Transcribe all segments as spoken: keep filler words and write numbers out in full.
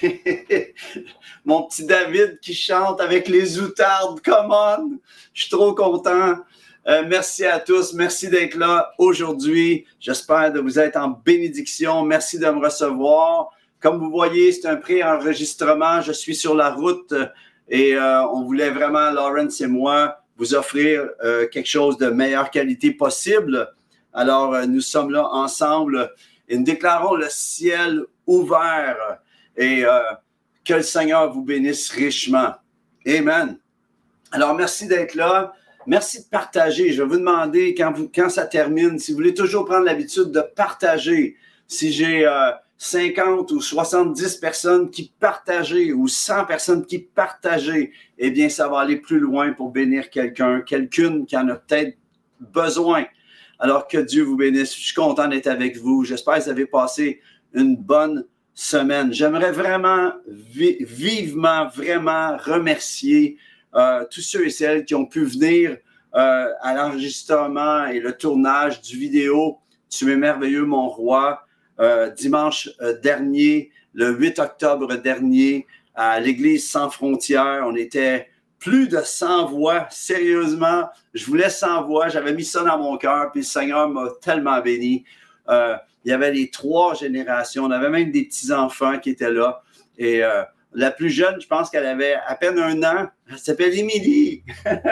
Mon petit David qui chante avec les outardes, come on! Je suis trop content. Euh, merci à tous. Merci d'être là aujourd'hui. J'espère de vous être en bénédiction. Merci de me recevoir. Comme vous voyez, c'est un pré-enregistrement. Je suis sur la route et euh, on voulait vraiment, Lawrence et moi, vous offrir euh, quelque chose de meilleure qualité possible. Alors, euh, nous sommes là ensemble et nous déclarons le ciel ouvert et euh, que le Seigneur vous bénisse richement. Amen. Alors, merci d'être là. Merci de partager. Je vais vous demander, quand, vous, quand ça termine, si vous voulez toujours prendre l'habitude de partager, si j'ai euh, cinquante ou soixante-dix personnes qui partagent ou cent personnes qui partagent, eh bien, ça va aller plus loin pour bénir quelqu'un, quelqu'une qui en a peut-être besoin. Alors, que Dieu vous bénisse. Je suis content d'être avec vous. J'espère que vous avez passé une bonne semaine. J'aimerais vraiment, vi- vivement, vraiment remercier euh, tous ceux et celles qui ont pu venir euh, à l'enregistrement et le tournage du vidéo « Tu es merveilleux, mon roi ». Euh, dimanche euh, dernier, le huit octobre dernier, à l'Église sans frontières. On était plus de cent voix. Sérieusement, je voulais cent voix. J'avais mis ça dans mon cœur, puis le Seigneur m'a tellement béni. Euh, il y avait les trois générations. On avait même des petits-enfants qui étaient là. Et euh, la plus jeune, je pense qu'elle avait à peine un an. Elle s'appelle Émilie.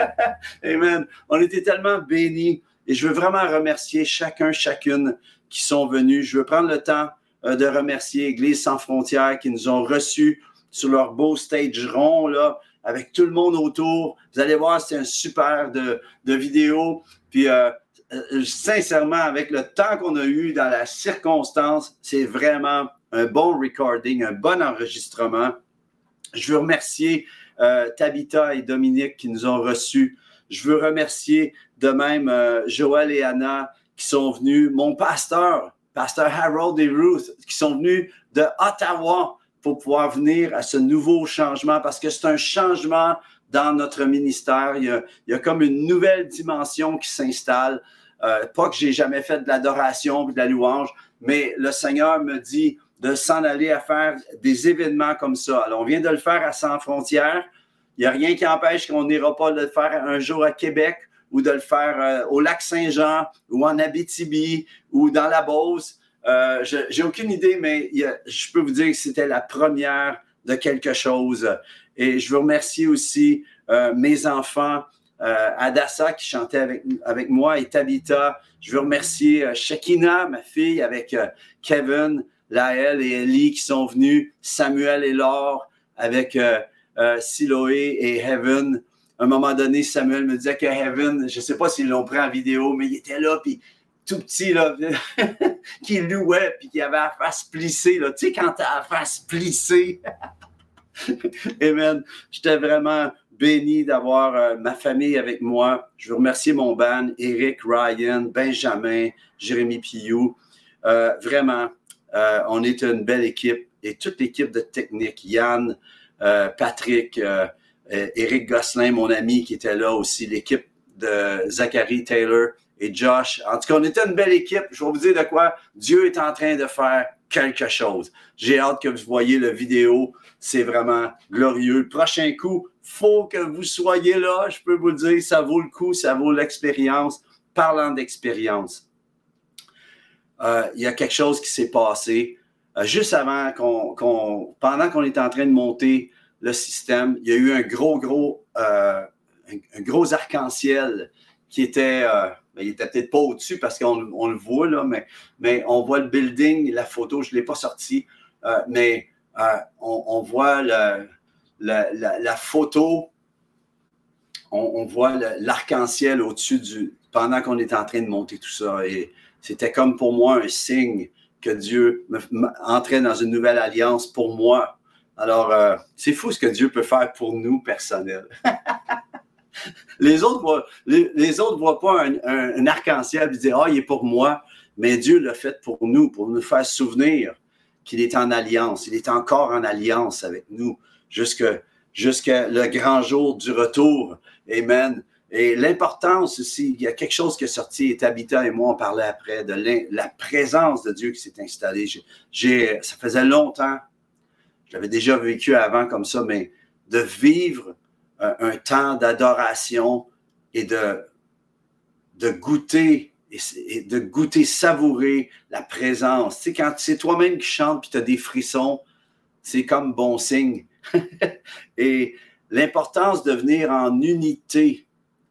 Amen. On était tellement bénis. Et je veux vraiment remercier chacun, chacune qui sont venus. Je veux prendre le temps euh, de remercier Église sans frontières qui nous ont reçus sur leur beau stage rond, là, avec tout le monde autour. Vous allez voir, c'est un super de, de vidéo. Puis, euh, euh, sincèrement, avec le temps qu'on a eu dans la circonstance, c'est vraiment un bon recording, un bon enregistrement. Je veux remercier euh, Tabitha et Dominique qui nous ont reçus. Je veux remercier de même euh, Joël et Anna qui sont venus, mon pasteur, pasteur Harold et Ruth, qui sont venus de Ottawa pour pouvoir venir à ce nouveau changement parce que c'est un changement dans notre ministère. Il y a, il y a comme une nouvelle dimension qui s'installe. Euh, pas que j'ai jamais fait de l'adoration ou de la louange, mais le Seigneur me dit de s'en aller à faire des événements comme ça. Alors, on vient de le faire à Sans Frontières. Il n'y a rien qui empêche qu'on n'ira pas de le faire un jour à Québec ou de le faire euh, au Lac-Saint-Jean ou en Abitibi ou dans la Beauce. Euh, je j'ai aucune idée, mais il y a, je peux vous dire que c'était la première de quelque chose. Et je veux remercier aussi euh, mes enfants, euh, Adassa qui chantait avec, avec moi et Tabitha. Je veux remercier euh, Shekina, ma fille, avec euh, Kevin, Laël et Ellie qui sont venus, Samuel et Laure avec euh, euh, Siloé et Heaven. À un moment donné, Samuel me disait que Heaven, je ne sais pas s'ils l'ont pris en vidéo, mais il était là, puis tout petit, là, qui louait, puis qui avait la face plissée. Là. Tu sais, quand tu as la face plissée. Amen. J'étais vraiment béni d'avoir euh, ma famille avec moi. Je veux remercier mon band, Eric, Ryan, Benjamin, Jérémy Pillou. Euh, vraiment, euh, on est une belle équipe. Et toute l'équipe de technique, Yann, euh, Patrick, euh, Éric Gosselin, mon ami qui était là aussi, l'équipe de Zachary Taylor et Josh. En tout cas, on était une belle équipe. Je vais vous dire de quoi Dieu est en train de faire quelque chose. J'ai hâte que vous voyez la vidéo. C'est vraiment glorieux. Le prochain coup, il faut que vous soyez là. Je peux vous le dire, ça vaut le coup, ça vaut l'expérience. Parlant d'expérience, euh, il y a quelque chose qui s'est passé euh, juste avant qu'on, qu'on, pendant qu'on était en train de monter le système, il y a eu un gros, gros, euh, un, un gros arc-en-ciel qui était, euh, ben, il était peut-être pas au-dessus parce qu'on on le voit, là, mais, mais on voit le building, la photo, je ne l'ai pas sortie, euh, mais euh, on, on voit le, le, la, la photo, on, on voit le, l'arc-en-ciel au-dessus du, pendant qu'on est en train de monter tout ça. Et c'était comme pour moi un signe que Dieu me, me, entrait dans une nouvelle alliance pour moi. Alors, euh, c'est fou ce que Dieu peut faire pour nous, personnels. les autres voient, les, les autres voient pas un, un, un arc-en-ciel et disent « Ah, il est pour moi », mais Dieu l'a fait pour nous, pour nous faire souvenir qu'il est en alliance. Il est encore en alliance avec nous jusqu'à, jusqu'à le grand jour du retour. Amen. Et l'importance aussi, il y a quelque chose qui est sorti, et Tabitha et moi, on parlait après, de la présence de Dieu qui s'est installée. J'ai, j'ai, ça faisait longtemps. je l'avais déjà vécu avant comme ça, mais de vivre un, un temps d'adoration et de, de goûter, et de goûter, savourer la présence. Tu sais, quand c'est toi-même qui chantes puis tu as des frissons, c'est comme bon signe. Et l'importance de venir en unité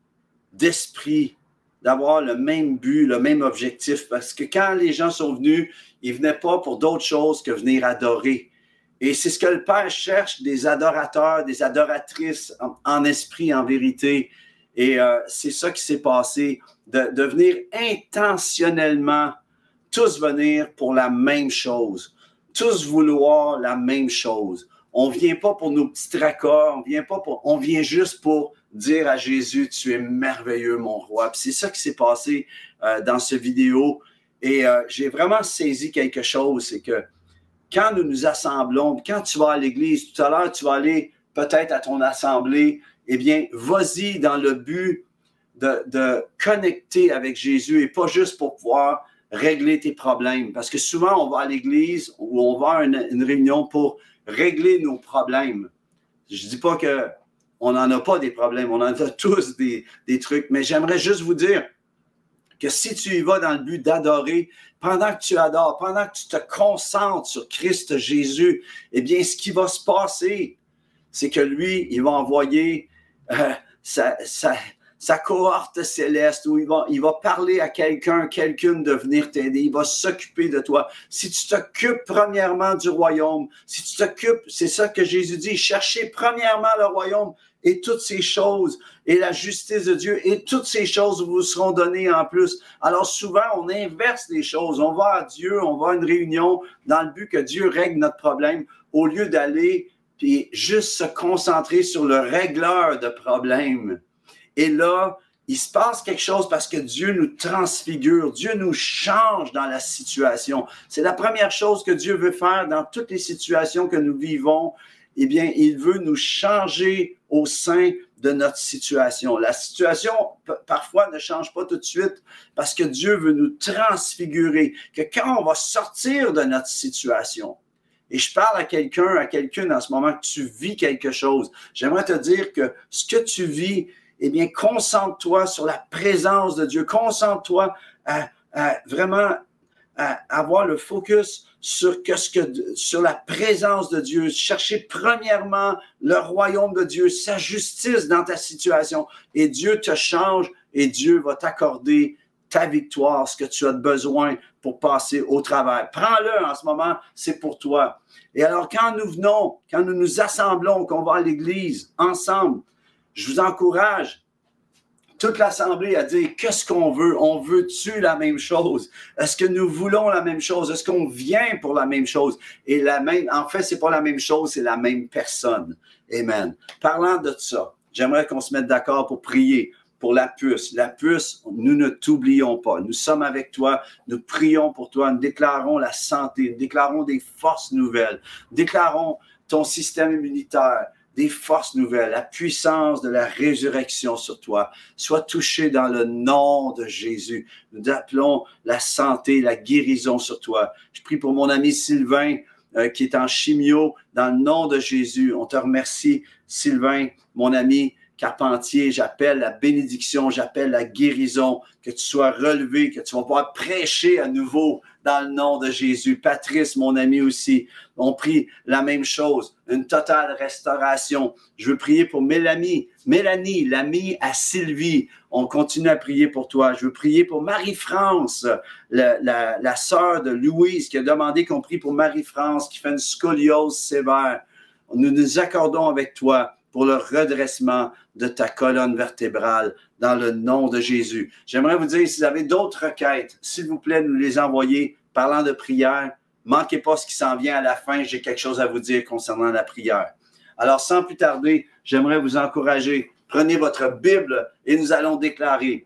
d'esprit, d'avoir le même but, le même objectif. Parce que quand les gens sont venus, ils ne venaient pas pour d'autres choses que venir adorer. Et c'est ce que le Père cherche, des adorateurs, des adoratrices en, en esprit, en vérité. Et euh, c'est ça qui s'est passé, de, de venir intentionnellement, tous venir pour la même chose, tous vouloir la même chose. On ne vient pas pour nos petits tracas, on vient pas pour, on vient juste pour dire à Jésus, tu es merveilleux, mon roi. Puis c'est ça qui s'est passé euh, dans cette vidéo. Et euh, j'ai vraiment saisi quelque chose, c'est que quand nous nous assemblons, quand tu vas à l'église, tout à l'heure, tu vas aller peut-être à ton assemblée, eh bien, vas-y dans le but de, de connecter avec Jésus et pas juste pour pouvoir régler tes problèmes. Parce que souvent, on va à l'église ou on va à une, une réunion pour régler nos problèmes. Je ne dis pas qu'on n'en a pas des problèmes, on en a tous des, des trucs, mais j'aimerais juste vous dire que si tu y vas dans le but d'adorer, pendant que tu adores, pendant que tu te concentres sur Christ Jésus, eh bien, ce qui va se passer, c'est que lui, il va envoyer euh, sa, sa, sa cohorte céleste où il va, il va parler à quelqu'un, quelqu'une de venir t'aider, il va s'occuper de toi. Si tu t'occupes premièrement du royaume, si tu t'occupes, c'est ça que Jésus dit, cherchez premièrement le royaume et toutes ces choses, et la justice de Dieu, et toutes ces choses vous seront données en plus. Alors souvent, on inverse les choses. On va à Dieu, on va à une réunion dans le but que Dieu règle notre problème, au lieu d'aller puis juste se concentrer sur le régleur de problèmes. Et là, il se passe quelque chose parce que Dieu nous transfigure, Dieu nous change dans la situation. C'est la première chose que Dieu veut faire dans toutes les situations que nous vivons. Eh bien, il veut nous changer au sein de notre situation. La situation, p- parfois, ne change pas tout de suite parce que Dieu veut nous transfigurer, que quand on va sortir de notre situation, et je parle à quelqu'un, à quelqu'une en ce moment, que tu vis quelque chose, j'aimerais te dire que ce que tu vis, eh bien, concentre-toi sur la présence de Dieu, concentre-toi à, à vraiment à avoir le focus sur, que ce que, sur la présence de Dieu. Chercher premièrement le royaume de Dieu, sa justice dans ta situation. Et Dieu te change et Dieu va t'accorder ta victoire, ce que tu as besoin pour passer au travers. Prends-le en ce moment, c'est pour toi. Et alors, quand nous venons, quand nous nous assemblons, qu'on va à l'église ensemble, je vous encourage, toute l'Assemblée a dit, qu'est-ce qu'on veut? On veut-tu la même chose? Est-ce que nous voulons la même chose? Est-ce qu'on vient pour la même chose? Et la même, en fait, c'est pas la même chose, c'est la même personne. Amen. Parlant de ça, j'aimerais qu'on se mette d'accord pour prier pour la puce. La puce, nous ne t'oublions pas. Nous sommes avec toi. Nous prions pour toi. Nous déclarons la santé. Nous déclarons des forces nouvelles. Déclarons ton système immunitaire. Des forces nouvelles, la puissance de la résurrection sur toi. Sois touché dans le nom de Jésus. Nous appelons la santé, la guérison sur toi. Je prie pour mon ami Sylvain euh, qui est en chimio dans le nom de Jésus. On te remercie, Sylvain, mon ami Carpentier. J'appelle la bénédiction, j'appelle la guérison, que tu sois relevé, que tu vas pouvoir prêcher à nouveau dans le nom de Jésus. Patrice, mon ami aussi, on prie la même chose, une totale restauration. Je veux prier pour Mélanie, Mélanie, l'amie à Sylvie. On continue à prier pour toi. Je veux prier pour Marie-France, la, la, la sœur de Louise qui a demandé qu'on prie pour Marie-France qui fait une scoliose sévère. Nous nous accordons avec toi pour le redressement de ta colonne vertébrale dans le nom de Jésus. J'aimerais vous dire, si vous avez d'autres requêtes, s'il vous plaît, nous les envoyer. Parlant de prière, manquez pas ce qui s'en vient à la fin. J'ai quelque chose à vous dire concernant la prière. Alors, sans plus tarder, j'aimerais vous encourager. Prenez votre Bible et nous allons déclarer.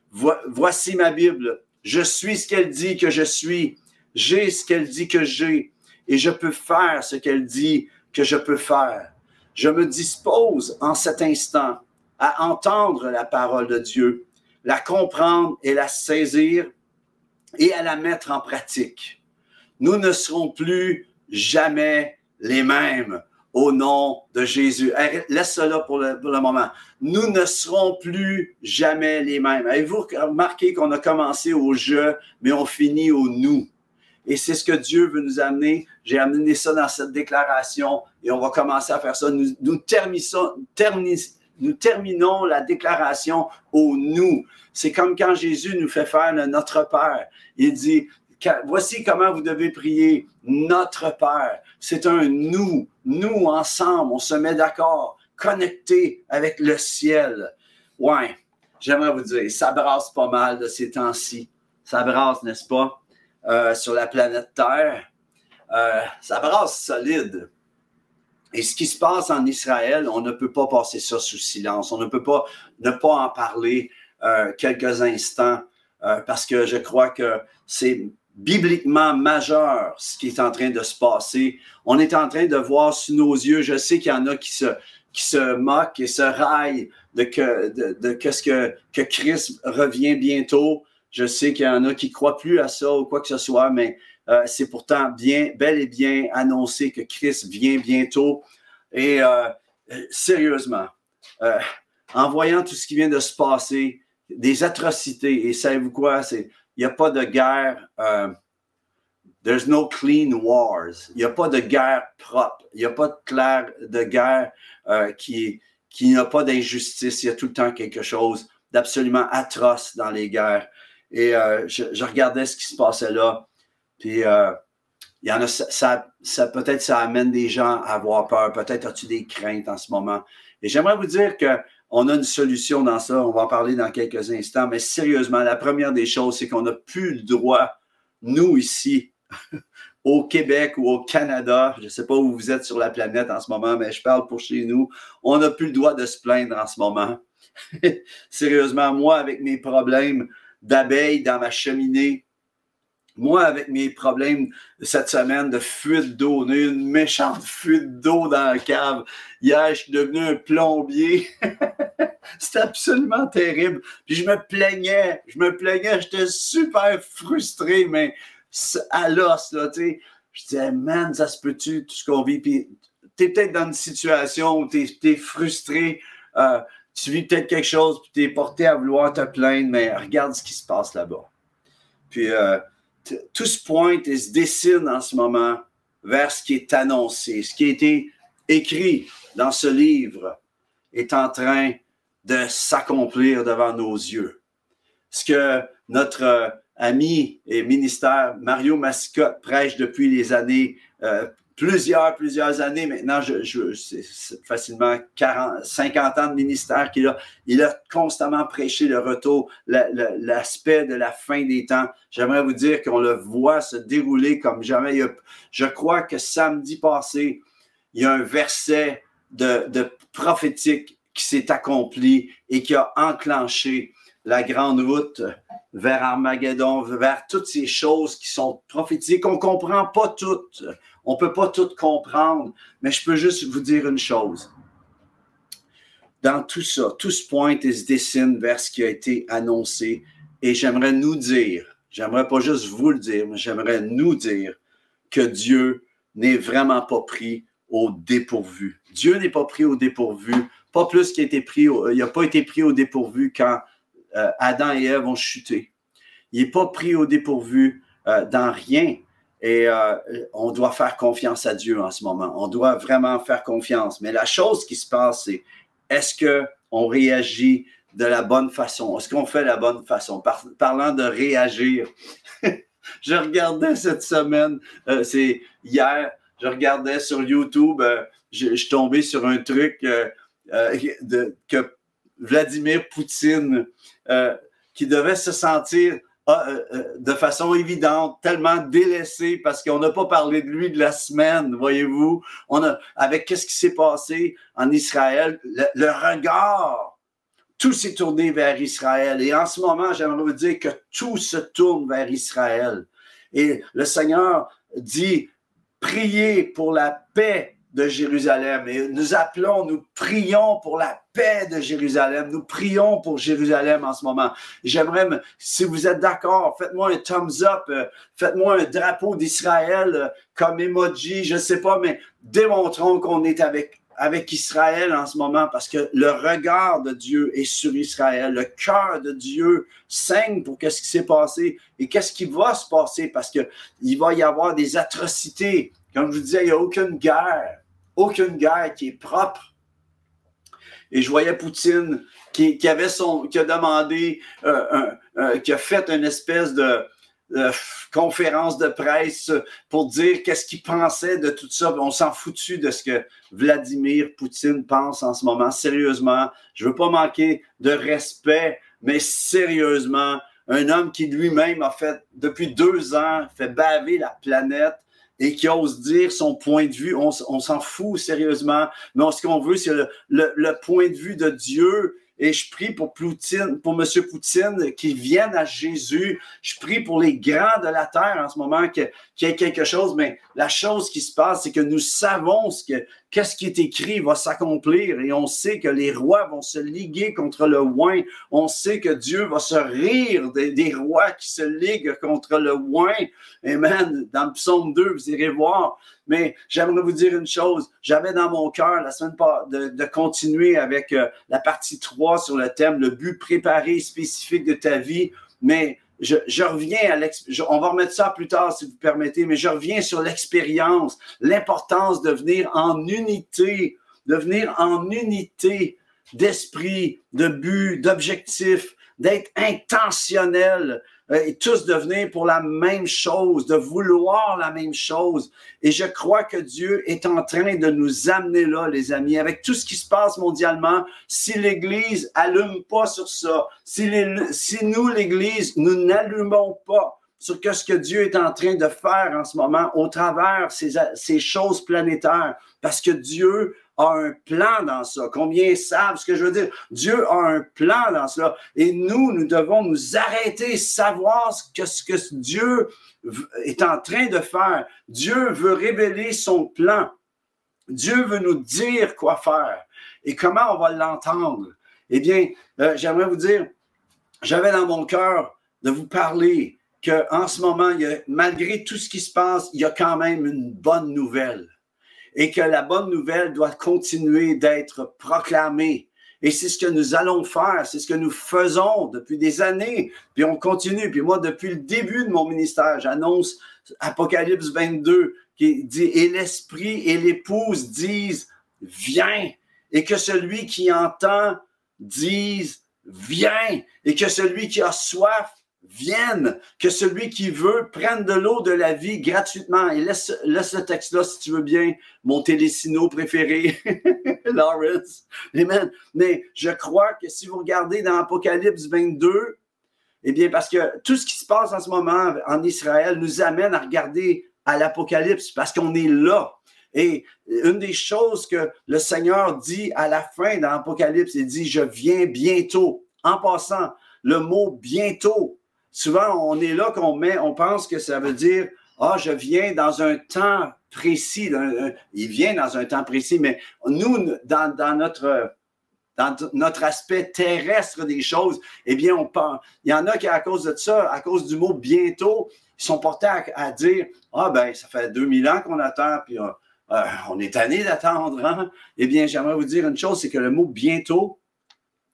Voici ma Bible. Je suis ce qu'elle dit que je suis. J'ai ce qu'elle dit que j'ai. Et je peux faire ce qu'elle dit que je peux faire. Je me dispose en cet instant à entendre la parole de Dieu, la comprendre et la saisir et à la mettre en pratique. Nous ne serons plus jamais les mêmes au nom de Jésus. Laisse cela pour le, pour le moment. Nous ne serons plus jamais les mêmes. Avez-vous remarqué qu'on a commencé au « je », mais on finit au « nous ». Et c'est ce que Dieu veut nous amener. J'ai amené ça dans cette déclaration et on va commencer à faire ça. Nous, nous, terminons, terminons, nous terminons la déclaration au « nous ». C'est comme quand Jésus nous fait faire le « Notre Père ». Il dit, voici comment vous devez prier, notre Père. C'est un nous, nous ensemble, on se met d'accord, connectés avec le ciel. Ouais, j'aimerais vous dire, ça brasse pas mal de ces temps-ci. Ça brasse, n'est-ce pas, euh, sur la planète Terre. Euh, ça brasse solide. Et ce qui se passe en Israël, on ne peut pas passer ça sous silence. On ne peut pas ne pas en parler euh, quelques instants euh, parce que je crois que c'est bibliquement majeur ce qui est en train de se passer. On est en train de voir sous nos yeux, je sais qu'il y en a qui se, qui se moquent et se raillent de que, de, de que, ce que, que Christ revient bientôt. Je sais qu'il y en a qui ne croient plus à ça ou quoi que ce soit, mais euh, c'est pourtant bien, bel et bien annoncé que Christ vient bientôt. Et euh, sérieusement, euh, en voyant tout ce qui vient de se passer, des atrocités, et savez-vous quoi, c'est il n'y a pas de guerre, euh, there's no clean wars. Il n'y a pas de guerre propre. Il n'y a pas de, clair, de guerre euh, qui, qui n'a pas d'injustice. Il y a tout le temps quelque chose d'absolument atroce dans les guerres. Et euh, je, je regardais ce qui se passait là. Puis, euh, il y en a, ça, ça, peut-être ça amène des gens à avoir peur. Peut-être as-tu des craintes en ce moment. Et j'aimerais vous dire que on a une solution dans ça, on va en parler dans quelques instants, mais sérieusement, la première des choses, c'est qu'on n'a plus le droit, nous ici, au Québec ou au Canada, je ne sais pas où vous êtes sur la planète en ce moment, mais je parle pour chez nous, on n'a plus le droit de se plaindre en ce moment. Sérieusement, moi, avec mes problèmes d'abeilles dans ma cheminée, moi, avec mes problèmes cette semaine de fuite d'eau, on a eu une méchante fuite d'eau dans la cave. Hier, je suis devenu un plombier. C'était absolument terrible. Puis je me plaignais, je me plaignais, j'étais super frustré, mais à l'os, là, tu sais. Je disais, man, ça se peut-tu, tout ce qu'on vit? Puis t'es peut-être dans une situation où t'es, t'es frustré, euh, tu vis peut-être quelque chose, puis t'es porté à vouloir te plaindre, mais regarde ce qui se passe là-bas. Puis, euh, tout se pointe et se dessine en ce moment vers ce qui est annoncé. Ce qui a été écrit dans ce livre est en train de s'accomplir devant nos yeux. Ce que notre ami et ministère Mario Mascotte prêche depuis les années, euh, plusieurs, plusieurs années maintenant, je, je, c'est, c'est facilement quarante, cinquante ans de ministère qu'il a. Il a constamment prêché le retour, la, la, l'aspect de la fin des temps. J'aimerais vous dire qu'on le voit se dérouler comme jamais. Il a, je crois que samedi passé, il y a un verset de, de prophétique qui s'est accompli et qui a enclenché la grande route vers Armageddon, vers toutes ces choses qui sont prophétiques. On ne comprend pas toutes. On ne peut pas tout comprendre, mais je peux juste vous dire une chose. Dans tout ça, tout se pointe et se dessine vers ce qui a été annoncé. Et j'aimerais nous dire, j'aimerais pas juste vous le dire, mais j'aimerais nous dire que Dieu n'est vraiment pas pris au dépourvu. Dieu n'est pas pris au dépourvu, pas plus qu'il a été pris, au, il n'a pas été pris au dépourvu quand euh, Adam et Ève ont chuté. Il n'est pas pris au dépourvu euh, dans rien. Et euh, on doit faire confiance à Dieu en ce moment. On doit vraiment faire confiance. Mais la chose qui se passe, c'est est-ce qu'on réagit de la bonne façon? Est-ce qu'on fait la bonne façon? Par, parlant de réagir, je regardais cette semaine, euh, c'est hier, je regardais sur YouTube, euh, je, je suis tombé sur un truc euh, euh, de, que Vladimir Poutine, euh, qui devait se sentir Ah, euh, de façon évidente, tellement délaissé parce qu'on n'a pas parlé de lui de la semaine, voyez-vous. On a, avec qu'est-ce qui s'est passé en Israël, le, le regard, tout s'est tourné vers Israël. Et en ce moment, j'aimerais vous dire que tout se tourne vers Israël. Et le Seigneur dit, priez pour la paix de Jérusalem. Et nous appelons, nous prions pour la paix de Jérusalem. Nous prions pour Jérusalem en ce moment. J'aimerais, si vous êtes d'accord, faites-moi un thumbs up, euh, faites-moi un drapeau d'Israël euh, comme emoji, je ne sais pas, mais démontrons qu'on est avec avec Israël en ce moment, parce que le regard de Dieu est sur Israël. Le cœur de Dieu saigne pour qu'est-ce qui s'est passé et qu'est-ce qui va se passer, parce qu'il va y avoir des atrocités. Comme je vous disais, il n'y a aucune guerre, aucune guerre qui est propre. Et je voyais Poutine qui, qui avait son, qui a demandé, euh, un, un, qui a fait une espèce de Euh, conférence de presse pour dire qu'est-ce qu'il pensait de tout ça. On s'en foutu de ce que Vladimir Poutine pense en ce moment. Sérieusement, je veux pas manquer de respect, mais sérieusement, un homme qui lui-même a fait, depuis deux ans, fait baver la planète et qui ose dire son point de vue, on, on s'en fout sérieusement, mais ce qu'on veut, c'est le, le, le point de vue de Dieu. Et je prie pour Poutine, pour M. Poutine, qu'il vienne à Jésus. Je prie pour les grands de la terre en ce moment, qu'il y ait quelque chose. Mais la chose qui se passe, c'est que nous savons ce que, qu'est-ce qui est écrit va s'accomplir. Et on sait que les rois vont se liguer contre le oint. On sait que Dieu va se rire des, des rois qui se liguent contre le oint. Amen. Dans le psaume deux, vous irez voir. Mais j'aimerais vous dire une chose. J'avais dans mon cœur la semaine passée de, de continuer avec euh, la partie trois sur le thème, le but préparé spécifique de ta vie. Mais je, je reviens à l'expérience. On va remettre ça plus tard si vous permettez, mais je reviens sur l'expérience, l'importance de venir en unité, de venir en unité d'esprit, de but, d'objectif, d'être intentionnel. Et tous de venir pour la même chose, de vouloir la même chose. Et je crois que Dieu est en train de nous amener là, les amis, avec tout ce qui se passe mondialement. Si l'Église allume pas sur ça, si, les, si nous, l'Église, nous n'allumons pas sur ce que Dieu est en train de faire en ce moment au travers ces, ces choses planétaires, parce que Dieu a un plan dans ça. Combien savent ce que je veux dire? Dieu a un plan dans cela. Et nous, nous devons nous arrêter, savoir ce que, ce que Dieu est en train de faire. Dieu veut révéler son plan. Dieu veut nous dire quoi faire. Et comment on va l'entendre? Eh bien, euh, j'aimerais vous dire, j'avais dans mon cœur de vous parler qu'en ce moment, il y a, malgré tout ce qui se passe, il y a quand même une bonne nouvelle. Et que la bonne nouvelle doit continuer d'être proclamée. Et c'est ce que nous allons faire, c'est ce que nous faisons depuis des années, puis on continue. Puis moi, depuis le début de mon ministère, j'annonce Apocalypse vingt-deux, qui dit « Et l'esprit et l'épouse disent « Viens ». Et que celui qui entend dise « Viens ». Et que celui qui a soif vienne, que celui qui veut prenne de l'eau de la vie gratuitement. Et laisse, laisse le texte-là, si tu veux bien, mon télésino préféré, Lawrence. Amen. Mais je crois que si vous regardez dans Apocalypse vingt-deux, eh bien, parce que tout ce qui se passe en ce moment en Israël nous amène à regarder à l'Apocalypse, parce qu'on est là. Et une des choses que le Seigneur dit à la fin dans l'Apocalypse, il dit « Je viens bientôt ». En passant, le mot « bientôt », souvent, on est là qu'on met, on pense que ça veut dire « Ah, je viens dans un temps précis. » Il vient dans un temps précis, mais nous, dans, dans, notre, dans notre aspect terrestre des choses, eh bien, on pense, il y en a qui, à cause de ça, à cause du mot « bientôt », ils sont portés à, à dire « Ah, ben, ça fait deux mille ans qu'on attend, puis euh, euh, on est tanné d'attendre. Hein? » Eh bien, j'aimerais vous dire une chose, c'est que le mot « bientôt euh, »,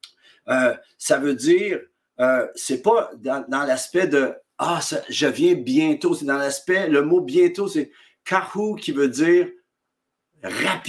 ça veut dire... Euh, c'est pas dans, dans l'aspect de « Ah, ça, je viens bientôt », c'est dans l'aspect, le mot « bientôt », c'est « kahu » qui veut dire « rapidement ».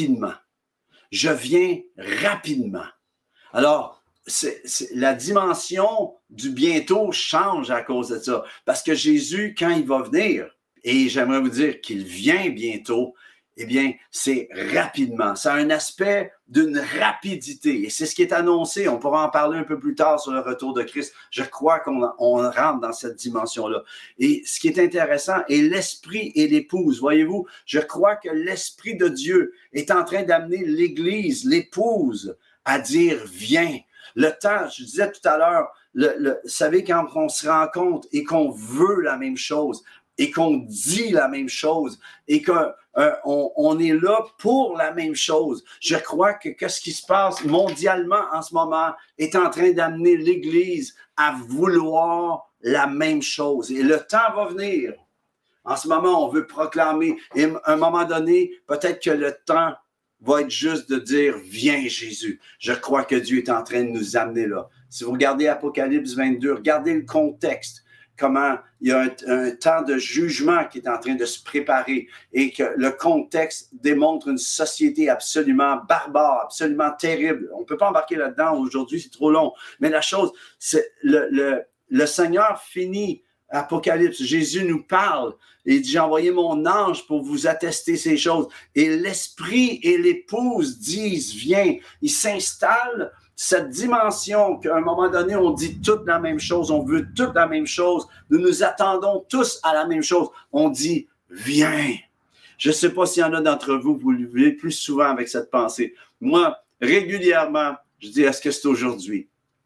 Je viens rapidement. Alors, c'est, c'est, la dimension du bientôt change à cause de ça. Parce que Jésus, quand il va venir, et j'aimerais vous dire qu'il vient bientôt, eh bien, c'est rapidement. Ça a un aspect d'une rapidité. Et c'est ce qui est annoncé. On pourra en parler un peu plus tard sur le retour de Christ. Je crois qu'on on rentre dans cette dimension-là. Et ce qui est intéressant est l'esprit et l'épouse. Voyez-vous, je crois que l'esprit de Dieu est en train d'amener l'Église, l'épouse, à dire « viens ». Le temps, je disais tout à l'heure, le, le, vous savez, quand on se rencontre et qu'on veut la même chose, et qu'on dit la même chose, et que euh, on, on est là pour la même chose. Je crois que, que ce qui se passe mondialement en ce moment est en train d'amener l'Église à vouloir la même chose. Et le temps va venir. En ce moment, on veut proclamer. Et à un moment donné, peut-être que le temps va être juste de dire « Viens Jésus ». Je crois que Dieu est en train de nous amener là. Si vous regardez Apocalypse vingt-deux, regardez le contexte, comment il y a un, un temps de jugement qui est en train de se préparer et que le contexte démontre une société absolument barbare, absolument terrible. On ne peut pas embarquer là-dedans aujourd'hui, c'est trop long. Mais la chose, c'est le, le, le Seigneur finit Apocalypse, Jésus nous parle et il dit, j'ai envoyé mon ange pour vous attester ces choses. Et l'esprit et l'épouse disent, viens. Il s'installe cette dimension qu'à un moment donné, on dit toute la même chose, on veut toute la même chose, nous nous attendons tous à la même chose. On dit, viens. Je ne sais pas s'il y en a d'entre vous, vous le vivez plus souvent avec cette pensée. Moi, régulièrement, je dis, est-ce que c'est aujourd'hui?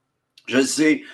Je sais,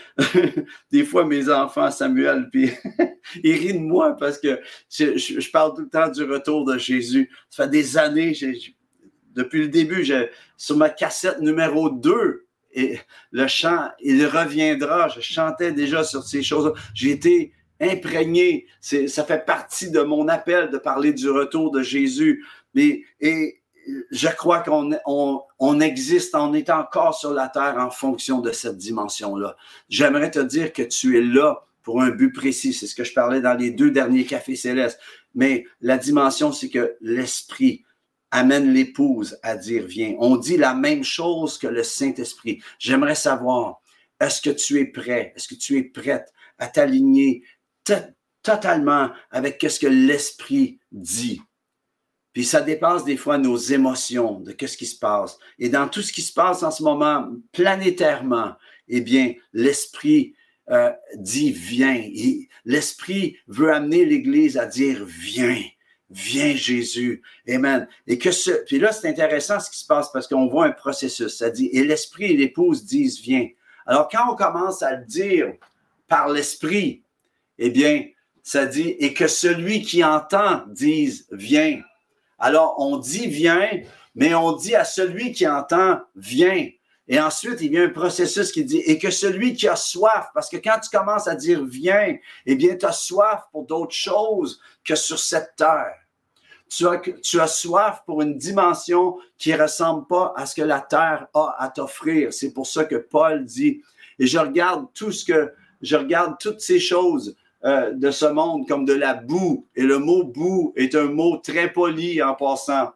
des fois, mes enfants, Samuel, puis ils rient de moi parce que je, je, je parle tout le temps du retour de Jésus. Ça fait des années, j'ai, depuis le début, j'ai, sur ma cassette numéro deux, et le chant, il reviendra. Je chantais déjà sur ces choses-là. J'ai été imprégné. C'est, ça fait partie de mon appel de parler du retour de Jésus. Mais, et je crois qu'on on, on existe, on est encore sur la terre en fonction de cette dimension-là. J'aimerais te dire que tu es là pour un but précis. C'est ce que je parlais dans les deux derniers cafés célestes. Mais la dimension, c'est que l'Esprit amène l'épouse à dire « Viens ». On dit la même chose que le Saint-Esprit. J'aimerais savoir, est-ce que tu es prêt? Est-ce que tu es prête à t'aligner t- totalement avec ce que l'Esprit dit? Puis ça dépasse des fois nos émotions de qu'est-ce qui se passe. Et dans tout ce qui se passe en ce moment, planétairement, eh bien, l'Esprit euh, dit « Viens ». Et l'Esprit veut amener l'Église à dire « Viens ». Viens Jésus, amen. Et que ce, puis là c'est intéressant ce qui se passe parce qu'on voit un processus. Ça dit et l'esprit et l'épouse disent viens. Alors quand on commence à le dire par l'esprit, eh bien ça dit et que celui qui entend dise viens. Alors on dit viens, mais on dit à celui qui entend viens. Et ensuite, il y a un processus qui dit, et que celui qui a soif, parce que quand tu commences à dire viens, eh bien, tu as soif pour d'autres choses que sur cette terre. Tu as, tu as soif pour une dimension qui ne ressemble pas à ce que la terre a à t'offrir. C'est pour ça que Paul dit, et je regarde tout ce que, je regarde toutes ces choses euh, de ce monde comme de la boue. Et le mot boue est un mot très poli en passant.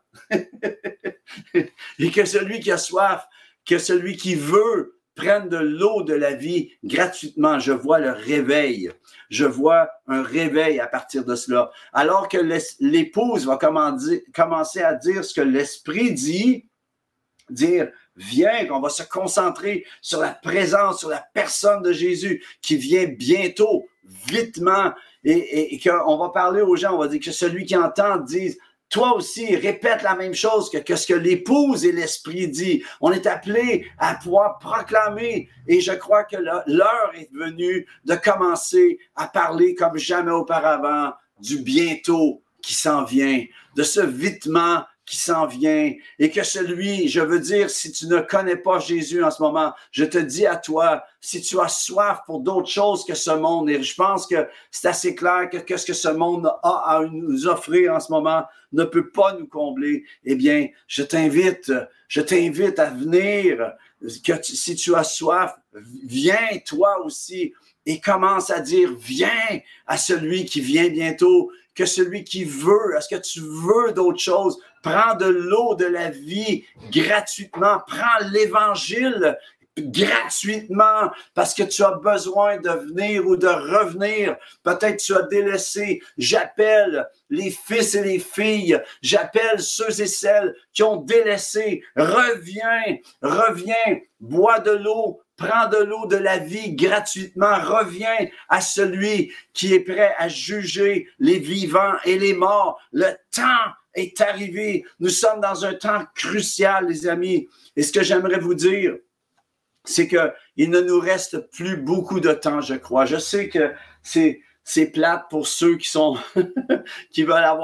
Et que celui qui a soif, que celui qui veut prenne de l'eau de la vie gratuitement. Je vois le réveil. Je vois un réveil à partir de cela. Alors que l'épouse va commencer à dire ce que l'esprit dit, dire viens, qu'on va se concentrer sur la présence, sur la personne de Jésus qui vient bientôt, vitement, et, et, et qu'on va parler aux gens, on va dire que celui qui entend dise toi aussi, répète la même chose que, que ce que l'épouse et l'esprit dit. On est appelé à pouvoir proclamer et je crois que l'heure est venue de commencer à parler comme jamais auparavant du bientôt qui s'en vient, de ce vitement qui s'en vient et que celui, je veux dire, si tu ne connais pas Jésus en ce moment, je te dis à toi, si tu as soif pour d'autres choses que ce monde, et je pense que c'est assez clair que, que ce que ce monde a à nous offrir en ce moment ne peut pas nous combler, eh bien, je t'invite, je t'invite à venir, que tu, si tu as soif, viens toi aussi et commence à dire, viens à celui qui vient bientôt, que celui qui veut, est-ce que tu veux d'autres choses? Prends de l'eau de la vie gratuitement. Prends l'évangile gratuitement parce que tu as besoin de venir ou de revenir. Peut-être tu as délaissé. J'appelle les fils et les filles. J'appelle ceux et celles qui ont délaissé. Reviens, reviens, bois de l'eau. Prends de l'eau de la vie gratuitement. Reviens à celui qui est prêt à juger les vivants et les morts. Le temps est arrivé. Nous sommes dans un temps crucial, les amis. Et ce que j'aimerais vous dire, c'est qu'il ne nous reste plus beaucoup de temps, je crois. Je sais que c'est, c'est plate pour ceux qui sont qui veulent avoir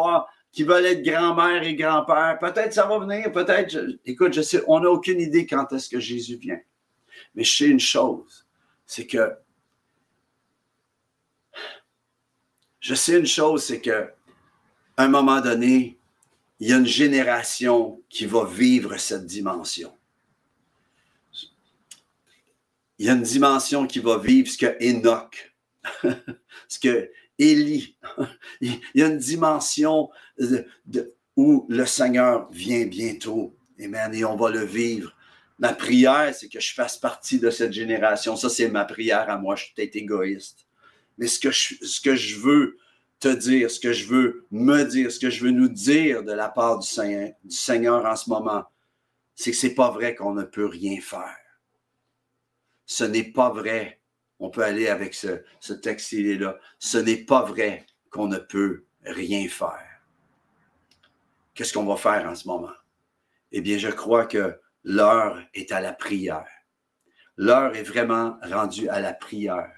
qui veulent être grand-mère et grand-père. Peut-être ça va venir, peut-être. Je, écoute, je sais, on n'a aucune idée quand est-ce que Jésus vient. Mais je sais une chose, c'est que je sais une chose, c'est que à un moment donné, il y a une génération qui va vivre cette dimension. Il y a une dimension qui va vivre ce que Enoch, ce que Élie. Il y a une dimension de, de, où le Seigneur vient bientôt. Amen. Et on va le vivre. Ma prière, c'est que je fasse partie de cette génération. Ça, c'est ma prière à moi. Je suis peut-être égoïste. Mais ce que je, ce que je veux te dire, ce que je veux me dire, ce que je veux nous dire de la part du Seigneur, du Seigneur en ce moment, c'est que c'est pas vrai qu'on ne peut rien faire. Ce n'est pas vrai. On peut aller avec ce, ce texte-là. Ce n'est pas vrai qu'on ne peut rien faire. Qu'est-ce qu'on va faire en ce moment? Eh bien, je crois que l'heure est à la prière. L'heure est vraiment rendue à la prière,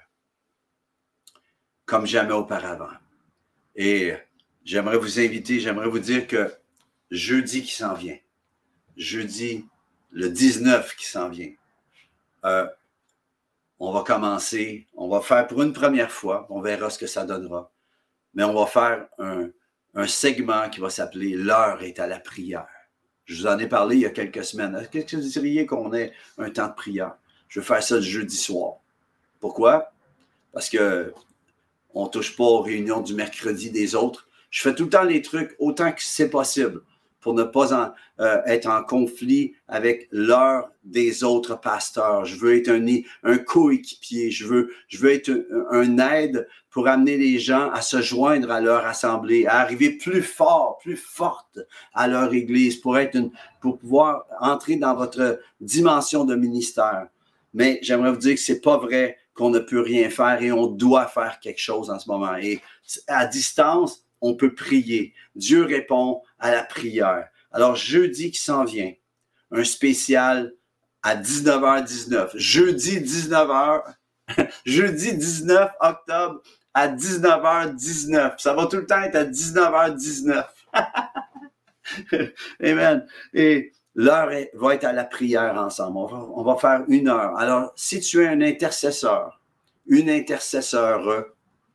comme jamais auparavant. Et j'aimerais vous inviter, j'aimerais vous dire que jeudi qui s'en vient, jeudi le dix-neuf qui s'en vient, euh, on va commencer, on va faire pour une première fois, on verra ce que ça donnera, mais on va faire un, un segment qui va s'appeler « L'heure est à la prière ». Je vous en ai parlé il y a quelques semaines. Est-ce que vous diriez qu'on ait un temps de prière? Je vais faire ça le jeudi soir. Pourquoi? Parce que on ne touche pas aux réunions du mercredi des autres. Je fais tout le temps les trucs autant que c'est possible pour ne pas en, euh, être en conflit avec l'heure des autres pasteurs. Je veux être un, un coéquipier. Je veux, je veux être un, un aide pour amener les gens à se joindre à leur assemblée, à arriver plus fort, plus forte à leur église, pour, être une, pour pouvoir entrer dans votre dimension de ministère. Mais j'aimerais vous dire que ce n'est pas vrai qu'on ne peut rien faire et on doit faire quelque chose en ce moment. Et à distance, on peut prier. Dieu répond à la prière. Alors, jeudi qui s'en vient, un spécial à dix-neuf heures dix-neuf. Jeudi dix-neuf heures, jeudi dix-neuf octobre à dix-neuf heures dix-neuf. Ça va tout le temps être à dix-neuf heures dix-neuf. Amen. Et l'heure va être à la prière ensemble. On va, on va faire une heure. Alors, si tu es un intercesseur, une intercesseur,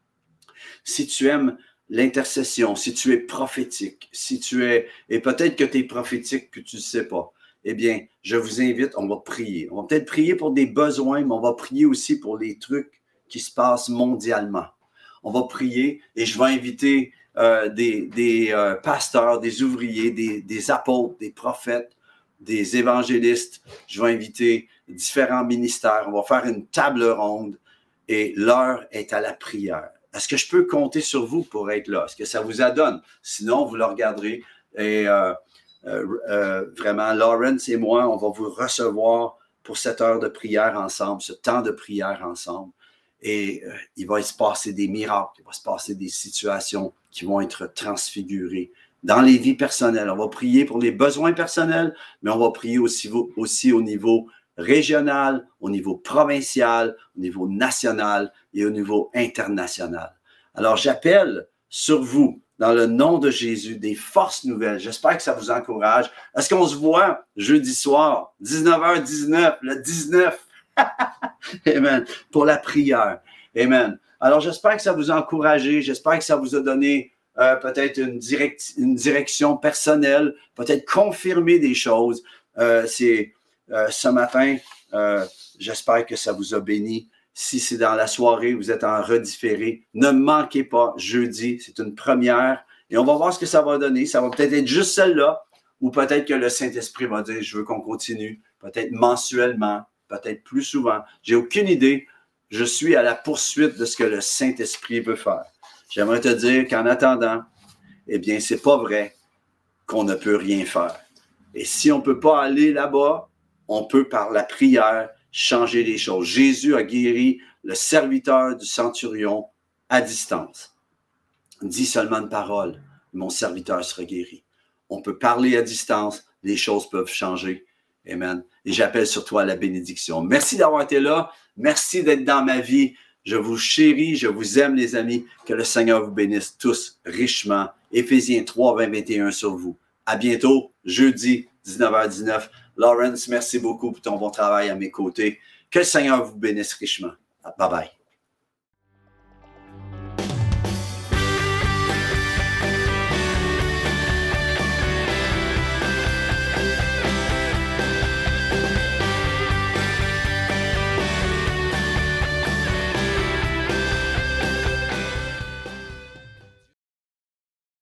si tu aimes l'intercession, si tu es prophétique, si tu es, et peut-être que tu es prophétique que tu ne sais pas, eh bien, je vous invite, on va prier. On va peut-être prier pour des besoins, mais on va prier aussi pour les trucs qui se passent mondialement. On va prier et je vais inviter euh, des, des euh, pasteurs, des ouvriers, des, des apôtres, des prophètes, des évangélistes. Je vais inviter différents ministères. On va faire une table ronde et l'heure est à la prière. Est-ce que je peux compter sur vous pour être là? Est-ce que ça vous adonne? Sinon, vous le regarderez. Et euh, euh, euh, vraiment, Lawrence et moi, on va vous recevoir pour cette heure de prière ensemble, ce temps de prière ensemble. Et euh, il va se passer des miracles, il va se passer des situations qui vont être transfigurées dans les vies personnelles. On va prier pour les besoins personnels, mais on va prier aussi, aussi au niveau régional, au niveau provincial, au niveau national et au niveau international. Alors, j'appelle sur vous, dans le nom de Jésus, des forces nouvelles. J'espère que ça vous encourage. Est-ce qu'on se voit jeudi soir, dix-neuf heures dix-neuf, le dix-neuf? Amen. Pour la prière. Amen. Alors, j'espère que ça vous a encouragé. J'espère que ça vous a donné euh, peut-être une, direct, une direction personnelle, peut-être confirmer des choses. Euh, c'est euh, ce matin, euh, j'espère que ça vous a béni. Si c'est dans la soirée, vous êtes en redifféré, ne manquez pas jeudi. C'est une première. Et on va voir ce que ça va donner. Ça va peut-être être juste celle-là, ou peut-être que le Saint-Esprit va dire, je veux qu'on continue, peut-être mensuellement, peut-être plus souvent. J'ai aucune idée. Je suis à la poursuite de ce que le Saint-Esprit veut faire. J'aimerais te dire qu'en attendant, eh bien, c'est pas vrai qu'on ne peut rien faire. Et si on ne peut pas aller là-bas, on peut, par la prière, changer les choses. Jésus a guéri le serviteur du centurion à distance. Dis seulement une parole, mon serviteur sera guéri. On peut parler à distance, les choses peuvent changer. Amen. Et j'appelle sur toi la bénédiction. Merci d'avoir été là. Merci d'être dans ma vie. Je vous chéris, je vous aime, les amis. Que le Seigneur vous bénisse tous richement Éphésiens trois, vingt, vingt et un sur vous. À bientôt, jeudi, dix-neuf heures dix-neuf. Lawrence, merci beaucoup pour ton bon travail à mes côtés. Que le Seigneur vous bénisse richement. Bye bye.